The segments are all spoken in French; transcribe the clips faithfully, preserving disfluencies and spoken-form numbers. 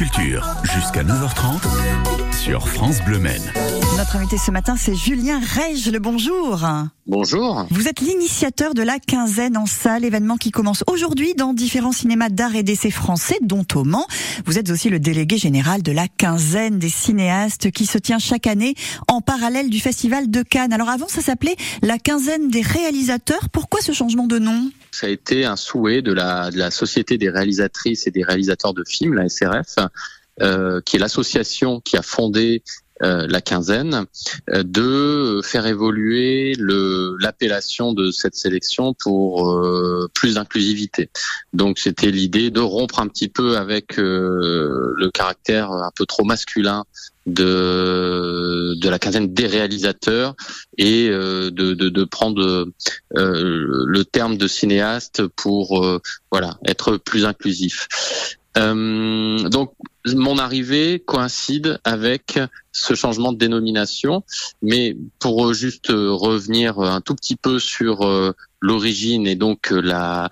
Culture, jusqu'à neuf heures trente sur France Bleu Maine. Notre invité ce matin, c'est Julien Rège. Le bonjour. Bonjour. Vous êtes l'initiateur de la quinzaine en salle, événement qui commence aujourd'hui dans différents cinémas d'art et d'essai français, dont au Mans. Vous êtes aussi le délégué général de la quinzaine des cinéastes qui se tient chaque année en parallèle du Festival de Cannes. Alors avant, ça s'appelait la quinzaine des réalisateurs. Pourquoi ce changement de nom ? Ça a été un souhait de la, de la Société des réalisatrices et des réalisateurs de films, la S R F, euh, qui est l'association qui a fondé Euh, la quinzaine, euh, de faire évoluer le, l'appellation de cette sélection pour euh, plus d'inclusivité. Donc c'était l'idée de rompre un petit peu avec euh, le caractère un peu trop masculin de de la quinzaine des réalisateurs et euh, de, de de prendre euh, le terme de cinéaste pour euh, voilà être plus inclusif. Euh, donc mon arrivée coïncide avec ce changement de dénomination, mais pour juste revenir un tout petit peu sur l'origine et donc la,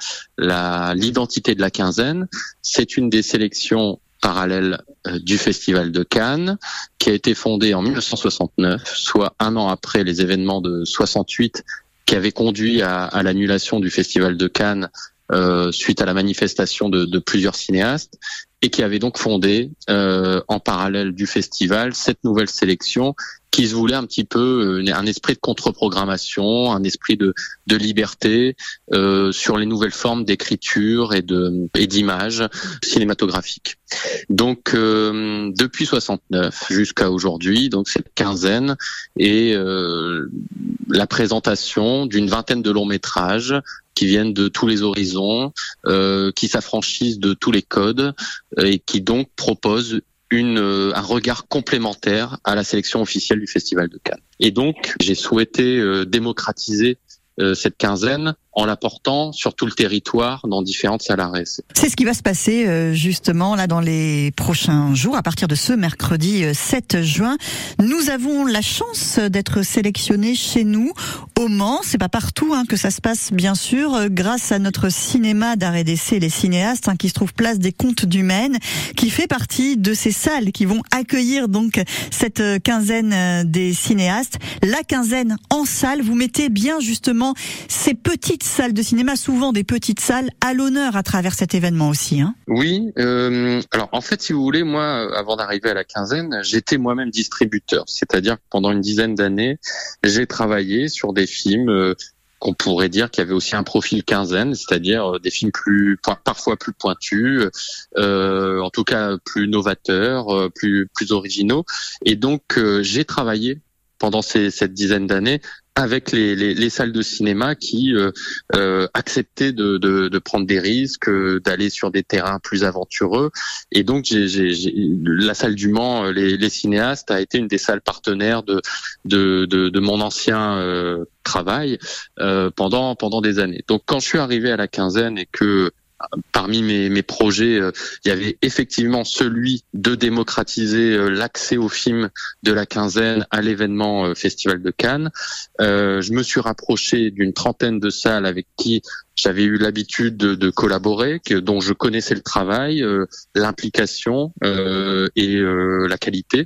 la l'identité de la quinzaine, c'est une des sélections parallèles du Festival de Cannes qui a été fondée en mille neuf cent soixante-neuf, soit un an après les événements de soixante-huit qui avaient conduit à, à l'annulation du Festival de Cannes Euh, suite à la manifestation de, de plusieurs cinéastes, et qui avait donc fondé euh, en parallèle du festival cette nouvelle sélection qui se voulait un petit peu euh, un esprit de contre-programmation, un esprit de, de liberté euh, sur les nouvelles formes d'écriture et de et d'image cinématographique. Donc euh, depuis soixante-neuf jusqu'à aujourd'hui, donc cette quinzaine et euh, la présentation d'une vingtaine de longs métrages qui viennent de tous les horizons, euh, qui s'affranchissent de tous les codes euh, et qui donc proposent une, euh, un regard complémentaire à la sélection officielle du Festival de Cannes. Et donc, j'ai souhaité euh, démocratiser euh, cette quinzaine en la portant sur tout le territoire dans différentes salles à essai. C'est ce qui va se passer euh, justement là dans les prochains jours, à partir de ce mercredi euh, sept juin. Nous avons la chance d'être sélectionnés chez nous au Mans. C'est pas partout hein, que ça se passe, bien sûr, euh, grâce à notre cinéma d'art et d'essai, les cinéastes, hein, qui se trouve place des Comptes du Maine, qui fait partie de ces salles qui vont accueillir donc cette euh, quinzaine euh, des cinéastes. La quinzaine en salle, vous mettez bien justement ces petites salles de cinéma, souvent des petites salles, à l'honneur à travers cet événement aussi. Hein. Oui, euh, alors en fait, si vous voulez, moi, avant d'arriver à la quinzaine, j'étais moi-même distributeur. C'est-à-dire que pendant une dizaine d'années, j'ai travaillé sur des films euh, qu'on pourrait dire qu'il y avait aussi un profil quinzaine, c'est-à-dire des films plus parfois plus pointus, euh, en tout cas plus novateurs, plus plus originaux. Et donc, euh, j'ai travaillé pendant ces, cette dizaine d'années avec les, les, les salles de cinéma qui euh, euh, acceptaient de, de, de prendre des risques, euh, d'aller sur des terrains plus aventureux. Et donc, j'ai, j'ai, j'ai, la salle du Mans, les, les cinéastes, a été une des salles partenaires de, de, de, de mon ancien euh, travail euh, pendant pendant des années. Donc, quand je suis arrivé à la quinzaine et que parmi mes, mes projets, euh, il y avait effectivement celui de démocratiser euh, l'accès aux films de la quinzaine à l'événement euh, Festival de Cannes. Euh, je me suis rapproché d'une trentaine de salles avec qui j'avais eu l'habitude de, de collaborer, que, dont je connaissais le travail, euh, l'implication euh, et euh, la qualité.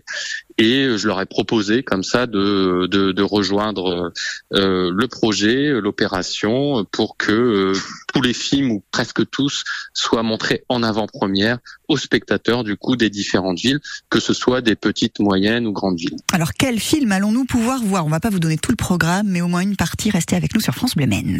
Et je leur ai proposé comme ça de, de, de rejoindre euh, le projet, l'opération, pour que euh, tous les films, ou presque tous, soient montrés en avant-première aux spectateurs du coup des différentes villes, que ce soit des petites, moyennes ou grandes villes. Alors quel film allons-nous pouvoir voir ? On va pas vous donner tout le programme, mais au moins une partie. Restez avec nous sur France Bleu Maine.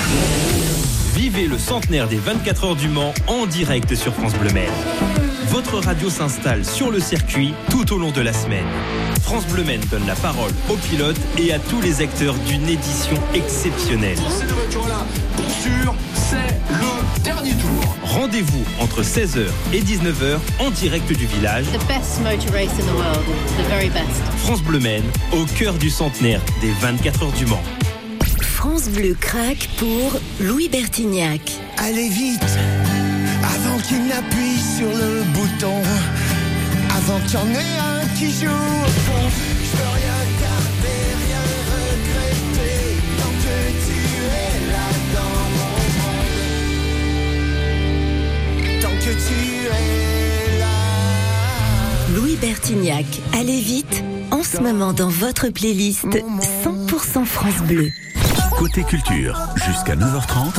Vivez le centenaire des vingt-quatre heures du Mans en direct sur France Bleu Maine. Votre radio s'installe sur le circuit tout au long de la semaine. France Bleu Maine donne la parole aux pilotes et à tous les acteurs d'une édition exceptionnelle. Ces deux voitures-là, pour sûr, c'est le dernier tour. Rendez-vous entre seize heures et dix-neuf heures en direct du village. The best motor race in the world, the very best. France Bleu Maine, au cœur du centenaire des vingt-quatre heures du Mans. France Bleu craque pour Louis Bertignac. Allez vite, avant qu'il n'appuie sur le bouton, avant qu'il y en ait un qui joue au fond. Je veux rien garder, rien regretter, tant que tu es là dans mon monde. Tant que tu es là. Bertignac, allez vite, en ce moment dans votre playlist cent pour cent France Bleu. Côté culture, jusqu'à neuf heures trente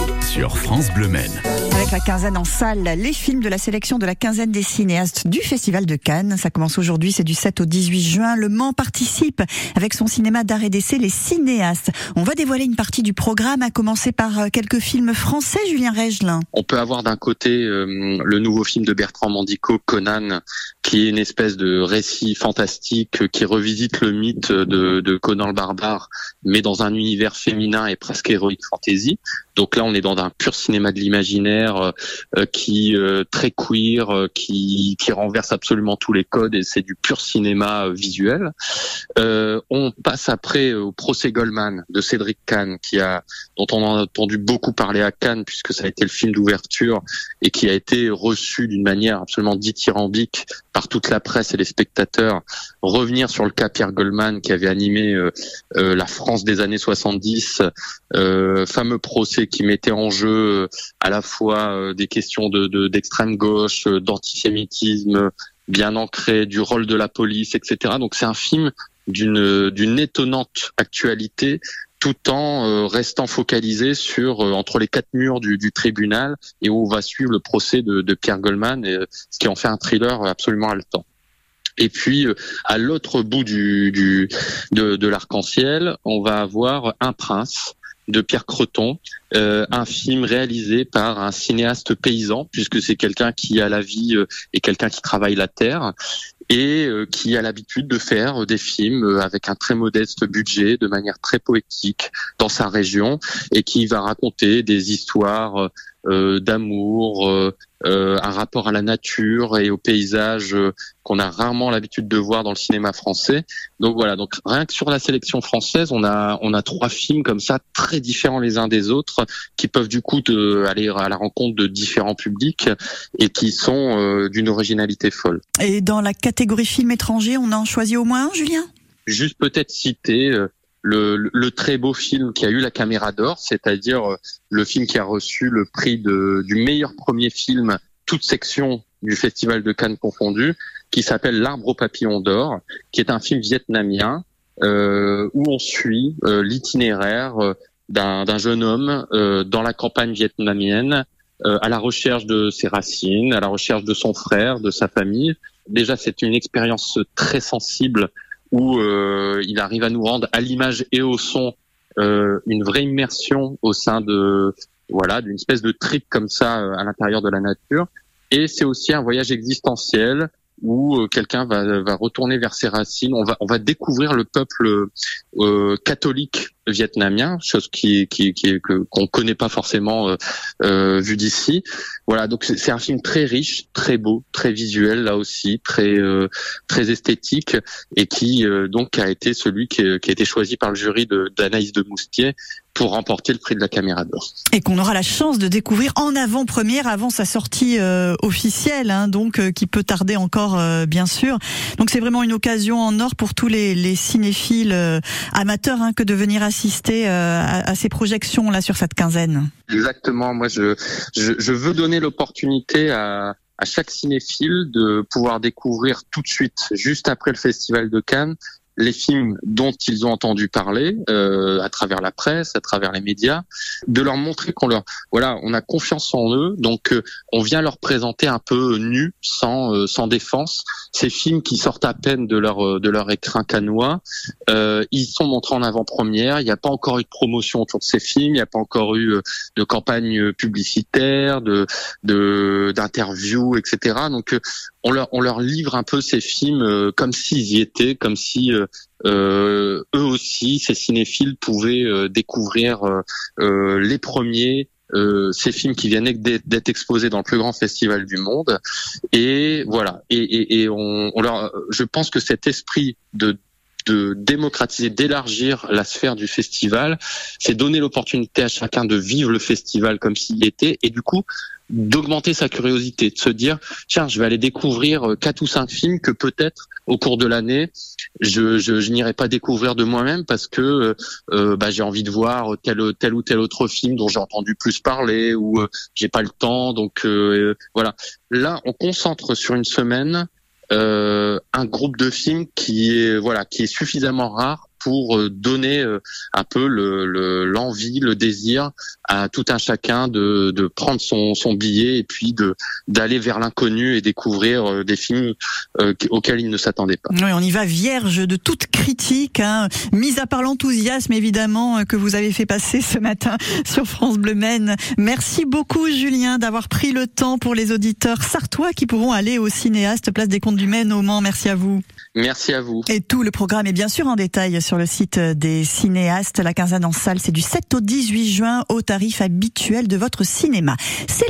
sur France Bleu Maine. Avec la quinzaine en salle, les films de la sélection de la quinzaine des cinéastes du Festival de Cannes. Ça commence aujourd'hui, c'est du sept au dix-huit juin. Le Mans participe avec son cinéma d'art et d'essai, les cinéastes. On va dévoiler une partie du programme, à commencer par quelques films français, Julien Regelin. On peut avoir d'un côté euh, le nouveau film de Bertrand Mandico, Conan, qui est une espèce de récit fantastique qui revisite le mythe de, de Conan le barbare, mais dans un univers féminin et presque héroïque fantasy. Donc là, on est dans un pur cinéma de l'imaginaire euh, qui euh, très queer, euh, qui qui renverse absolument tous les codes, et c'est du pur cinéma euh, visuel. Euh, on passe après au procès Goldman de Cédric Kahn, qui a dont on a entendu beaucoup parler à Cannes, puisque ça a été le film d'ouverture et qui a été reçu d'une manière absolument dithyrambique par toute la presse et les spectateurs. Revenir sur le cas Pierre Goldman, qui avait animé euh, euh, la France des années soixante-dix, euh, fameux procès qui mettait en jeu à la fois euh, des questions de, de d'extrême gauche, euh, d'antisémitisme bien ancré, du rôle de la police, et cetera. Donc c'est un film d'une d'une étonnante actualité, tout en euh, restant focalisé sur euh, entre les quatre murs du, du tribunal, et où on va suivre le procès de, de Pierre Goldman, et, ce qui en fait un thriller absolument haletant. Et puis euh, à l'autre bout du, du de, de l'arc-en-ciel, on va avoir Un prince de Pierre Creton, euh, un film réalisé par un cinéaste paysan, puisque c'est quelqu'un qui a la vie euh, et quelqu'un qui travaille la terre, et euh, qui a l'habitude de faire euh, des films euh, avec un très modeste budget, de manière très poétique dans sa région, et qui va raconter des histoires euh, d'amour, euh, euh, un rapport à la nature et au paysage euh, qu'on a rarement l'habitude de voir dans le cinéma français. Donc voilà, donc rien que sur la sélection française, on a on a trois films comme ça, très différents les uns des autres, qui peuvent du coup de, aller à la rencontre de différents publics et qui sont euh, d'une originalité folle. Et dans la catégorie film étranger, on en choisit au moins un, Julien ? Juste peut-être citer euh, le, le, le très beau film qui a eu la Caméra d'Or, c'est-à-dire euh, le film qui a reçu le prix de, du meilleur premier film, toute section du Festival de Cannes confondu, qui s'appelle L'Arbre aux papillons d'or, qui est un film vietnamien euh, où on suit euh, l'itinéraire euh, d'un, d'un jeune homme euh, dans la campagne vietnamienne, euh, à la recherche de ses racines, à la recherche de son frère, de sa famille. Déjà, c'est une expérience très sensible où euh, il arrive à nous rendre à l'image et au son euh, une vraie immersion au sein de voilà d'une espèce de trip comme ça euh, à l'intérieur de la nature. Et c'est aussi un voyage existentiel où euh, quelqu'un va, va retourner vers ses racines. On va, on va découvrir le peuple euh, catholique vietnamien, chose qui, qui, qui que, qu'on connaît pas forcément euh, euh, vu d'ici. Voilà, donc c'est, c'est un film très riche, très beau, très visuel là aussi, très euh, très esthétique, et qui euh, donc a été celui qui, qui a été choisi par le jury de, d'Anaïs de Moustier pour remporter le prix de la Caméra d'Or. Et qu'on aura la chance de découvrir en avant-première, avant sa sortie euh, officielle, hein, donc euh, qui peut tarder encore, euh, bien sûr. Donc c'est vraiment une occasion en or pour tous les, les cinéphiles euh, amateurs, hein, que de venir assister euh, à, à ces projections là sur cette quinzaine. Exactement. Moi, je je, je veux donner l'opportunité à à chaque cinéphile de pouvoir découvrir tout de suite, juste après le Festival de Cannes, les films dont ils ont entendu parler euh, à travers la presse, à travers les médias, de leur montrer qu'on leur voilà, on a confiance en eux, donc euh, on vient leur présenter un peu nus, sans euh, sans défense, ces films qui sortent à peine de leur de leur écrin cannois. Euh, ils sont montrés en avant-première. Il n'y a pas encore eu de promotion autour de ces films. Il n'y a pas encore eu euh, de campagne publicitaire, de de d'interviews, et cetera. Donc euh, on leur on leur livre un peu ces films euh, comme s'ils y étaient, comme si euh, euh, eux aussi, ces cinéphiles, pouvaient euh, découvrir euh, euh, les premiers euh, ces films qui viennent d'être, d'être exposés dans le plus grand festival du monde. Et voilà. Et, et, et on, on leur, je pense que cet esprit de de démocratiser, d'élargir la sphère du festival, c'est donner l'opportunité à chacun de vivre le festival comme s'il y était, et du coup d'augmenter sa curiosité, de se dire tiens, je vais aller découvrir quatre ou cinq films que peut-être au cours de l'année je, je, je n'irai pas découvrir de moi-même parce que euh, bah, j'ai envie de voir tel tel ou tel autre film dont j'ai entendu plus parler, ou euh, j'ai pas le temps. Donc euh, voilà, là on concentre sur une semaine euh, un groupe de films qui est voilà qui est suffisamment rare pour donner un peu le, le, l'envie, le désir à tout un chacun de, de prendre son, son billet et puis de d'aller vers l'inconnu et découvrir des films euh, auxquels il ne s'attendait pas. Oui, on y va vierge de toute critique, hein, mis à part l'enthousiasme évidemment que vous avez fait passer ce matin sur France Bleu Maine. Merci beaucoup Julien d'avoir pris le temps pour les auditeurs sartois qui pourront aller au cinéaste Place des Comtes du Maine au Mans. Merci à vous. Merci à vous. Et tout le programme est bien sûr en détail sur le site des cinéastes. La quinzaine en salle, c'est du sept au dix-huit juin au tarif habituel de votre cinéma. C'est